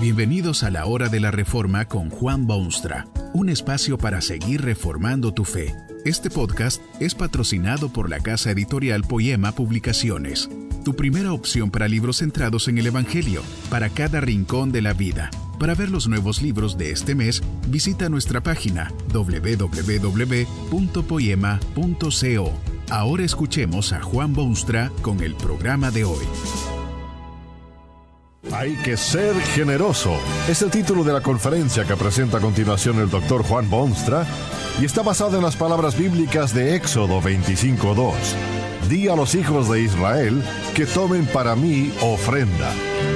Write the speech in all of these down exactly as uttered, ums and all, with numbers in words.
Bienvenidos a la Hora de la Reforma con Juan Boonstra, un espacio para seguir reformando tu fe. Este podcast es patrocinado por la casa editorial Poema Publicaciones, tu primera opción para libros centrados en el Evangelio, para cada rincón de la vida. Para ver los nuevos libros de este mes, visita nuestra página doble u doble u doble u punto poema punto co. Ahora escuchemos a Juan Boonstra con el programa de hoy. Hay que ser generoso. Es el título de la conferencia que presenta a continuación el doctor Juan Boonstra y está basado en las palabras bíblicas de Éxodo veinticinco dos. Di a los hijos de Israel que tomen para mí ofrenda.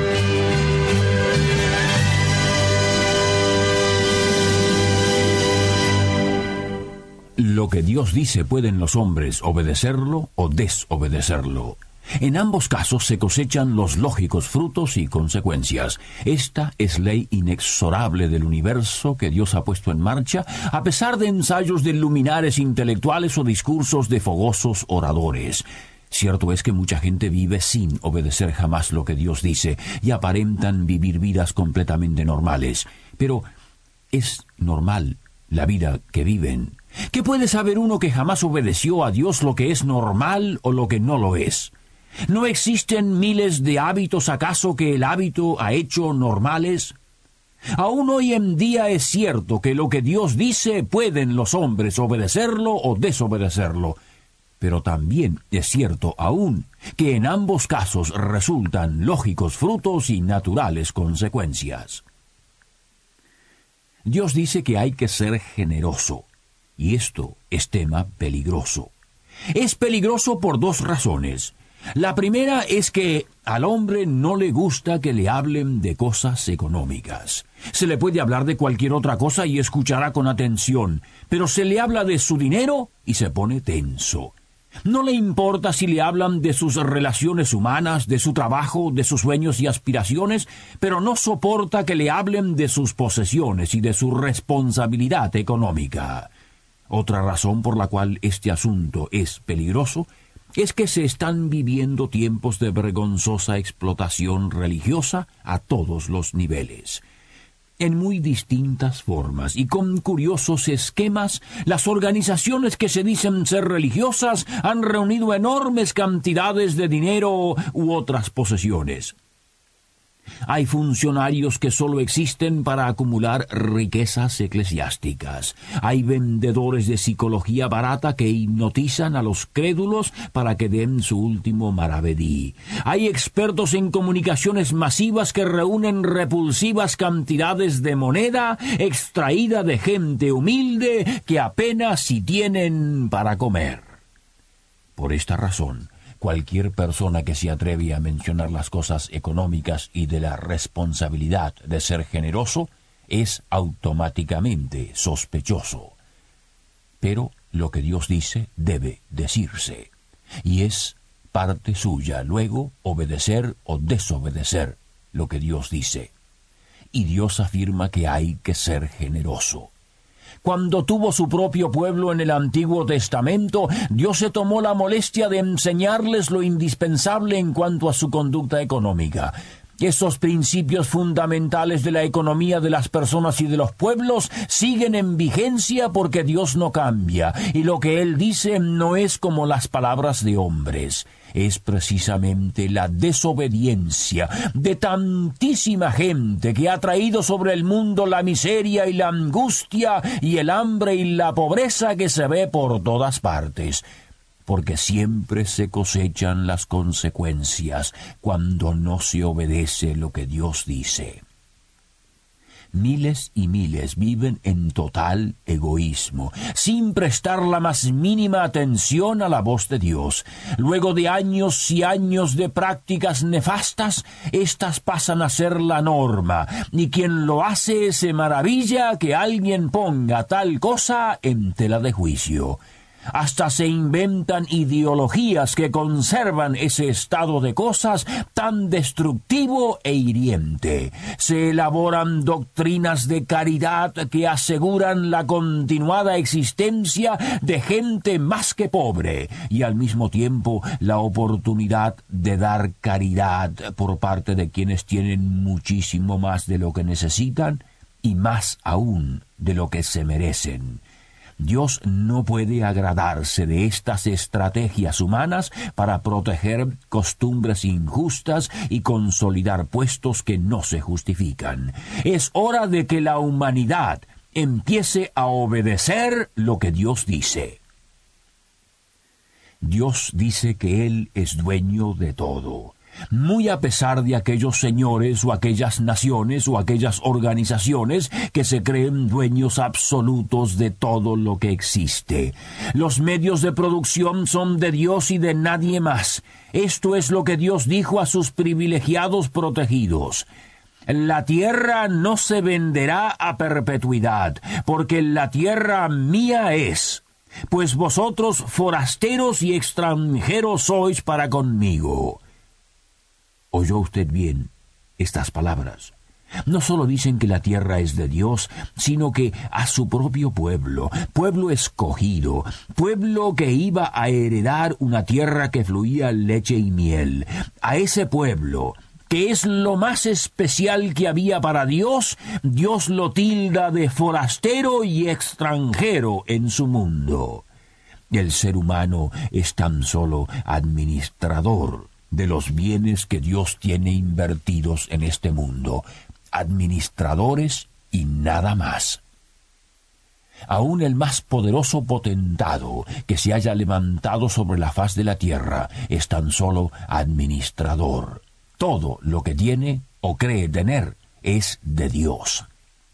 Lo que Dios dice, pueden los hombres obedecerlo o desobedecerlo. En ambos casos se cosechan los lógicos frutos y consecuencias. Esta es ley inexorable del universo que Dios ha puesto en marcha, a pesar de ensayos de luminares intelectuales o discursos de fogosos oradores. Cierto es que mucha gente vive sin obedecer jamás lo que Dios dice y aparentan vivir vidas completamente normales. Pero ¿es normal la vida que viven? ¿Qué puede saber uno que jamás obedeció a Dios lo que es normal o lo que no lo es? ¿No existen miles de hábitos acaso que el hábito ha hecho normales? Aún hoy en día es cierto que lo que Dios dice pueden los hombres obedecerlo o desobedecerlo, pero también es cierto aún que en ambos casos resultan lógicos frutos y naturales consecuencias. Dios dice que hay que ser generoso, y esto es tema peligroso. Es peligroso por dos razones. La primera es que al hombre no le gusta que le hablen de cosas económicas. Se le puede hablar de cualquier otra cosa y escuchará con atención, pero se le habla de su dinero y se pone tenso. No le importa si le hablan de sus relaciones humanas, de su trabajo, de sus sueños y aspiraciones, pero no soporta que le hablen de sus posesiones y de su responsabilidad económica. Otra razón por la cual este asunto es peligroso es que se están viviendo tiempos de vergonzosa explotación religiosa a todos los niveles. En muy distintas formas y con curiosos esquemas, las organizaciones que se dicen ser religiosas han reunido enormes cantidades de dinero u otras posesiones. Hay funcionarios que solo existen para acumular riquezas eclesiásticas. Hay vendedores de psicología barata que hipnotizan a los crédulos para que den su último maravedí. Hay expertos en comunicaciones masivas que reúnen repulsivas cantidades de moneda extraída de gente humilde que apenas si tienen para comer. Por esta razón, cualquier persona que se atreve a mencionar las cosas económicas y de la responsabilidad de ser generoso es automáticamente sospechoso. Pero lo que Dios dice debe decirse, y es parte suya luego obedecer o desobedecer lo que Dios dice. Y Dios afirma que hay que ser generoso. Cuando tuvo su propio pueblo en el Antiguo Testamento, Dios se tomó la molestia de enseñarles lo indispensable en cuanto a su conducta económica. Esos principios fundamentales de la economía de las personas y de los pueblos siguen en vigencia porque Dios no cambia, y lo que Él dice no es como las palabras de hombres. Es precisamente la desobediencia de tantísima gente que ha traído sobre el mundo la miseria y la angustia y el hambre y la pobreza que se ve por todas partes. Porque siempre se cosechan las consecuencias cuando no se obedece lo que Dios dice. Miles y miles viven en total egoísmo, sin prestar la más mínima atención a la voz de Dios. Luego de años y años de prácticas nefastas, éstas pasan a ser la norma, y quien lo hace se maravilla que alguien ponga tal cosa en tela de juicio. Hasta se inventan ideologías que conservan ese estado de cosas tan destructivo e hiriente. Se elaboran doctrinas de caridad que aseguran la continuada existencia de gente más que pobre y al mismo tiempo la oportunidad de dar caridad por parte de quienes tienen muchísimo más de lo que necesitan y más aún de lo que se merecen. Dios no puede agradarse de estas estrategias humanas para proteger costumbres injustas y consolidar puestos que no se justifican. Es hora de que la humanidad empiece a obedecer lo que Dios dice. Dios dice que Él es dueño de todo, muy a pesar de aquellos señores o aquellas naciones o aquellas organizaciones que se creen dueños absolutos de todo lo que existe. Los medios de producción son de Dios y de nadie más. Esto es lo que Dios dijo a sus privilegiados protegidos. La tierra no se venderá a perpetuidad, porque la tierra mía es, pues vosotros forasteros y extranjeros sois para conmigo. ¿Oyó usted bien estas palabras? No solo dicen que la tierra es de Dios, sino que a su propio pueblo, pueblo escogido, pueblo que iba a heredar una tierra que fluía leche y miel, a ese pueblo, que es lo más especial que había para Dios, Dios lo tilda de forastero y extranjero en su mundo. El ser humano es tan solo administrador de los bienes que Dios tiene invertidos en este mundo, administradores y nada más. Aún el más poderoso potentado que se haya levantado sobre la faz de la tierra es tan solo administrador. Todo lo que tiene o cree tener es de Dios.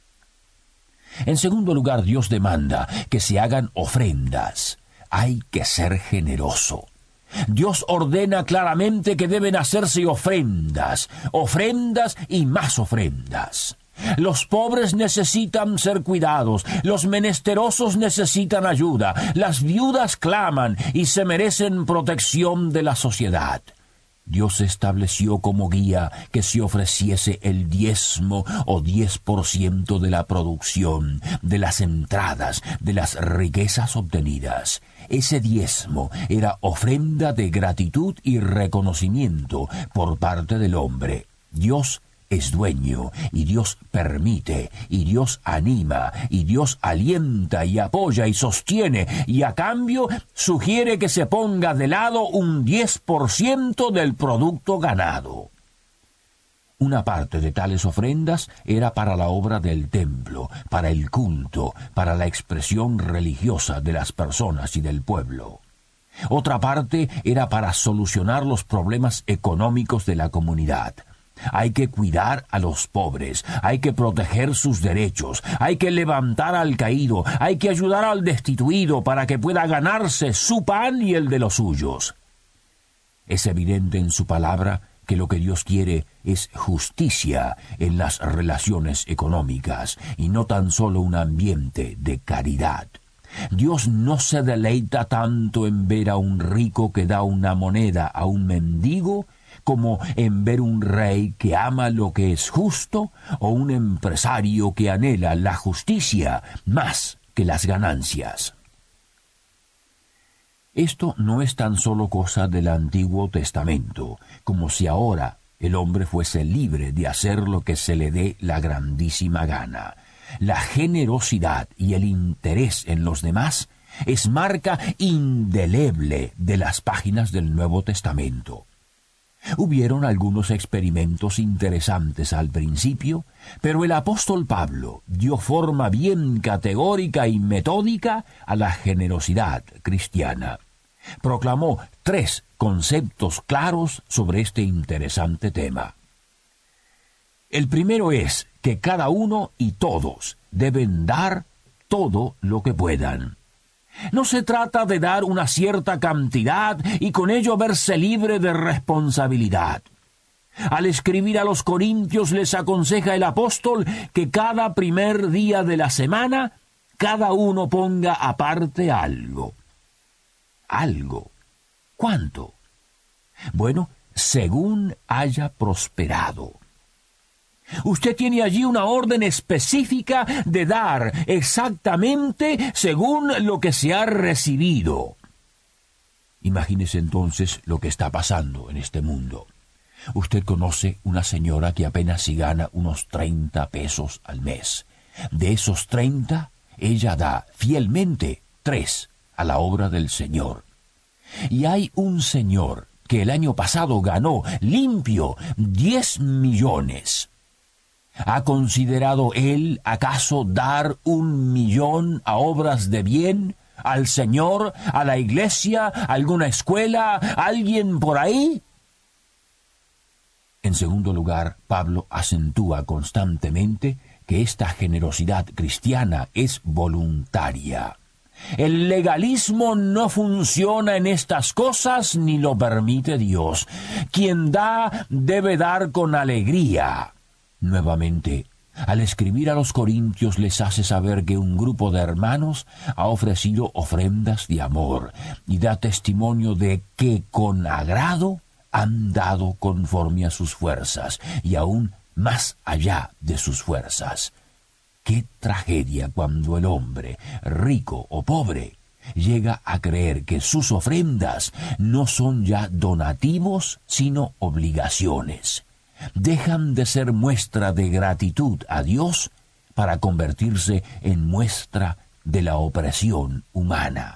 En segundo lugar, Dios demanda que se hagan ofrendas. Hay que ser generoso. Dios ordena claramente que deben hacerse ofrendas, ofrendas y más ofrendas. Los pobres necesitan ser cuidados, los menesterosos necesitan ayuda, las viudas claman y se merecen protección de la sociedad. Dios estableció como guía que se ofreciese el diezmo o diez por ciento de la producción, de las entradas, de las riquezas obtenidas. Ese diezmo era ofrenda de gratitud y reconocimiento por parte del hombre. Dios es dueño, y Dios permite, y Dios anima, y Dios alienta y apoya y sostiene, y a cambio sugiere que se ponga de lado un diez por ciento del producto ganado. Una parte de tales ofrendas era para la obra del templo, para el culto, para la expresión religiosa de las personas y del pueblo. Otra parte era para solucionar los problemas económicos de la comunidad. Hay que cuidar a los pobres, hay que proteger sus derechos, hay que levantar al caído, hay que ayudar al destituido para que pueda ganarse su pan y el de los suyos. Es evidente en su palabra que lo que Dios quiere es justicia en las relaciones económicas y no tan solo un ambiente de caridad. Dios no se deleita tanto en ver a un rico que da una moneda a un mendigo como en ver un rey que ama lo que es justo o un empresario que anhela la justicia más que las ganancias. Esto no es tan solo cosa del Antiguo Testamento, como si ahora el hombre fuese libre de hacer lo que se le dé la grandísima gana. La generosidad y el interés en los demás es marca indeleble de las páginas del Nuevo Testamento. Hubieron algunos experimentos interesantes al principio, pero el apóstol Pablo dio forma bien categórica y metódica a la generosidad cristiana. Proclamó tres conceptos claros sobre este interesante tema. El primero es que cada uno y todos deben dar todo lo que puedan. No se trata de dar una cierta cantidad y con ello verse libre de responsabilidad. Al escribir a los Corintios les aconseja el apóstol que cada primer día de la semana cada uno ponga aparte algo. algo. ¿Cuánto? Bueno, según haya prosperado. Usted tiene allí una orden específica de dar exactamente según lo que se ha recibido. Imagínese entonces lo que está pasando en este mundo. Usted conoce una señora que apenas si gana unos treinta pesos al mes. De esos treinta, ella da fielmente tres a la obra del Señor. Y hay un señor que el año pasado ganó limpio diez millones. ¿Ha considerado él acaso dar un millón a obras de bien, al Señor, a la iglesia, a alguna escuela, a alguien por ahí? En segundo lugar, Pablo acentúa constantemente que esta generosidad cristiana es voluntaria. El legalismo no funciona en estas cosas ni lo permite Dios. Quien da debe dar con alegría. Nuevamente, al escribir a los Corintios les hace saber que un grupo de hermanos ha ofrecido ofrendas de amor y da testimonio de que con agrado han dado conforme a sus fuerzas y aún más allá de sus fuerzas. ¡Qué tragedia cuando el hombre, rico o pobre, llega a creer que sus ofrendas no son ya donativos, sino obligaciones! Dejan de ser muestra de gratitud a Dios para convertirse en muestra de la opresión humana.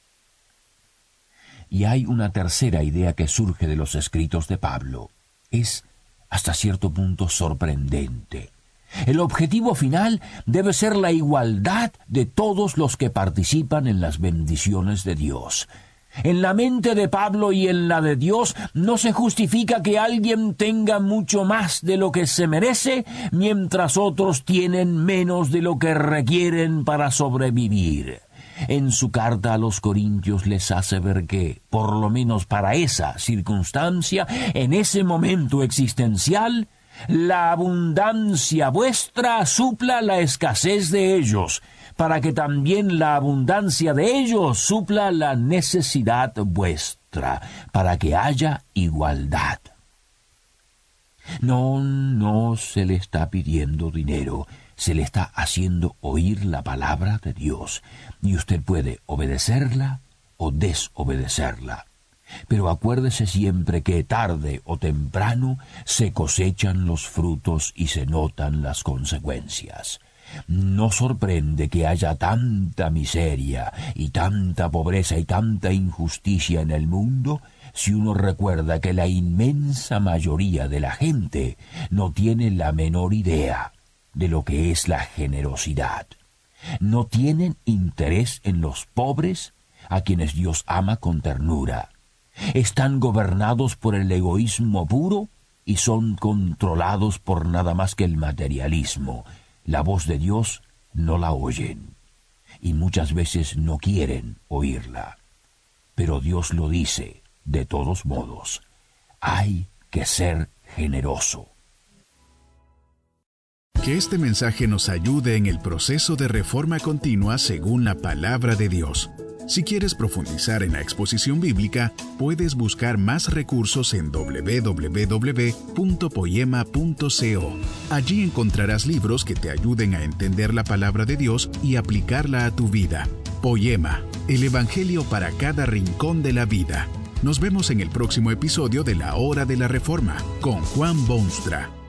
Y hay una tercera idea que surge de los escritos de Pablo. Es, hasta cierto punto, sorprendente. El objetivo final debe ser la igualdad de todos los que participan en las bendiciones de Dios. En la mente de Pablo y en la de Dios no se justifica que alguien tenga mucho más de lo que se merece, mientras otros tienen menos de lo que requieren para sobrevivir. En su carta a los Corintios les hace ver que, por lo menos para esa circunstancia, en ese momento existencial, la abundancia vuestra supla la escasez de ellos, para que también la abundancia de ellos supla la necesidad vuestra, para que haya igualdad. No, no se le está pidiendo dinero, se le está haciendo oír la palabra de Dios, y usted puede obedecerla o desobedecerla. Pero acuérdese siempre que tarde o temprano se cosechan los frutos y se notan las consecuencias. No sorprende que haya tanta miseria y tanta pobreza y tanta injusticia en el mundo si uno recuerda que la inmensa mayoría de la gente no tiene la menor idea de lo que es la generosidad. No tienen interés en los pobres a quienes Dios ama con ternura. Están gobernados por el egoísmo puro y son controlados por nada más que el materialismo. La voz de Dios no la oyen y muchas veces no quieren oírla. Pero Dios lo dice de todos modos. Hay que ser generoso. Que este mensaje nos ayude en el proceso de reforma continua según la palabra de Dios. Si quieres profundizar en la exposición bíblica, puedes buscar más recursos en doble u doble u doble u punto poema punto co. Allí encontrarás libros que te ayuden a entender la palabra de Dios y aplicarla a tu vida. Poema, el Evangelio para cada rincón de la vida. Nos vemos en el próximo episodio de La Hora de la Reforma con Juan Boonstra.